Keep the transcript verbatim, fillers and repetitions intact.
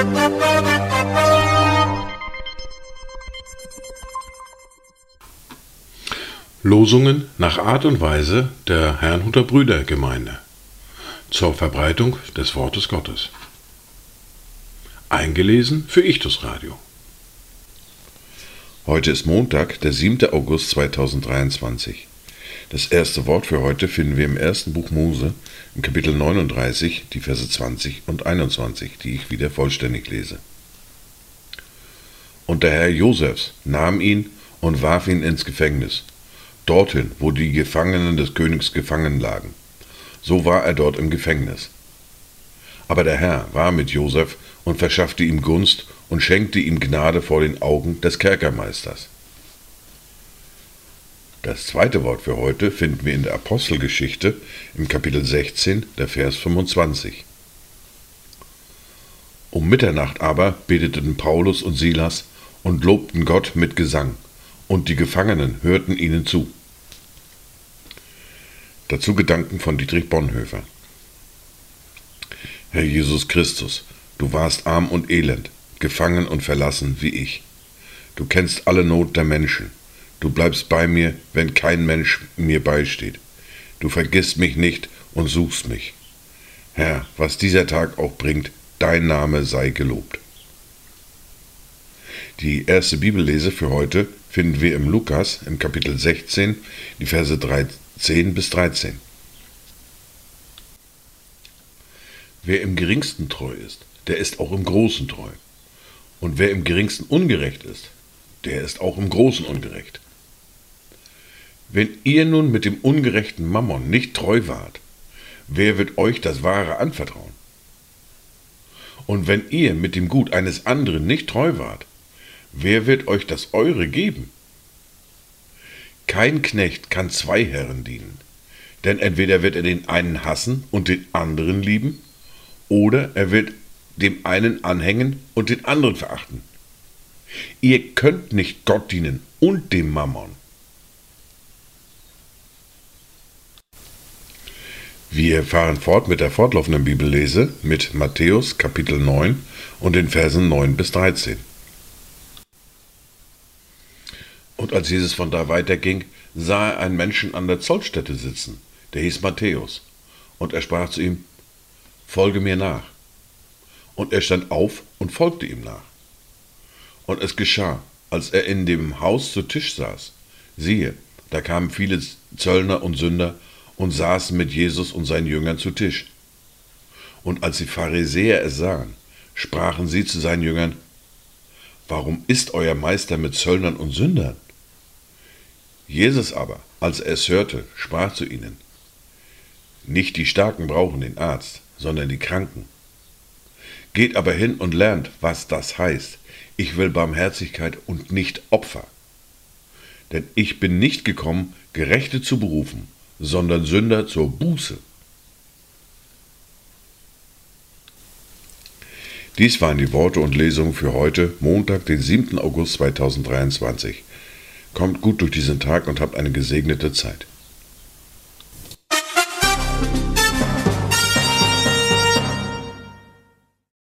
Losungen nach Art und Weise der Herrnhuter Brüdergemeinde zur Verbreitung des Wortes Gottes. Eingelesen für Ichtus Radio. Heute ist Montag, der siebte August zweitausenddreiundzwanzig. Das erste Wort für heute finden wir im ersten Buch Mose, im Kapitel neununddreißig, die Verse zwanzig und einundzwanzig, die ich wieder vollständig lese. Und der Herr Josefs nahm ihn und warf ihn ins Gefängnis, dorthin, wo die Gefangenen des Königs gefangen lagen. So war er dort im Gefängnis. Aber der Herr war mit Josef und verschaffte ihm Gunst und schenkte ihm Gnade vor den Augen des Kerkermeisters. Das zweite Wort für heute finden wir in der Apostelgeschichte im Kapitel sechzehn, der Vers fünfundzwanzig. Um Mitternacht aber beteten Paulus und Silas und lobten Gott mit Gesang, und die Gefangenen hörten ihnen zu. Dazu Gedanken von Dietrich Bonhoeffer. Herr Jesus Christus, du warst arm und elend, gefangen und verlassen wie ich. Du kennst alle Not der Menschen. Du bleibst bei mir, wenn kein Mensch mir beisteht. Du vergisst mich nicht und suchst mich. Herr, was dieser Tag auch bringt, dein Name sei gelobt. Die erste Bibellese für heute finden wir im Lukas im Kapitel sechzehn, die Verse zehn bis dreizehn. Wer im Geringsten treu ist, der ist auch im Großen treu. Und wer im Geringsten ungerecht ist, der ist auch im Großen ungerecht. Wenn ihr nun mit dem ungerechten Mammon nicht treu wart, wer wird euch das Wahre anvertrauen? Und wenn ihr mit dem Gut eines anderen nicht treu wart, wer wird euch das Eure geben? Kein Knecht kann zwei Herren dienen, denn entweder wird er den einen hassen und den anderen lieben, oder er wird dem einen anhängen und den anderen verachten. Ihr könnt nicht Gott dienen und dem Mammon. Wir fahren fort mit der fortlaufenden Bibellese mit Matthäus Kapitel neun und den Versen neun bis dreizehn. Und als Jesus von da weiterging, sah er einen Menschen an der Zollstätte sitzen, der hieß Matthäus, und er sprach zu ihm: Folge mir nach. Und er stand auf und folgte ihm nach. Und es geschah, als er in dem Haus zu Tisch saß, siehe, da kamen viele Zöllner und Sünder und saßen mit Jesus und seinen Jüngern zu Tisch. Und als die Pharisäer es sahen, sprachen sie zu seinen Jüngern: Warum isst euer Meister mit Zöllnern und Sündern? Jesus aber, als er es hörte, sprach zu ihnen: Nicht die Starken brauchen den Arzt, sondern die Kranken. Geht aber hin und lernt, was das heißt: Ich will Barmherzigkeit und nicht Opfer. Denn ich bin nicht gekommen, Gerechte zu berufen, sondern Sünder zur Buße. Dies waren die Worte und Lesungen für heute, Montag, den siebten August zweitausenddreiundzwanzig. Kommt gut durch diesen Tag und habt eine gesegnete Zeit.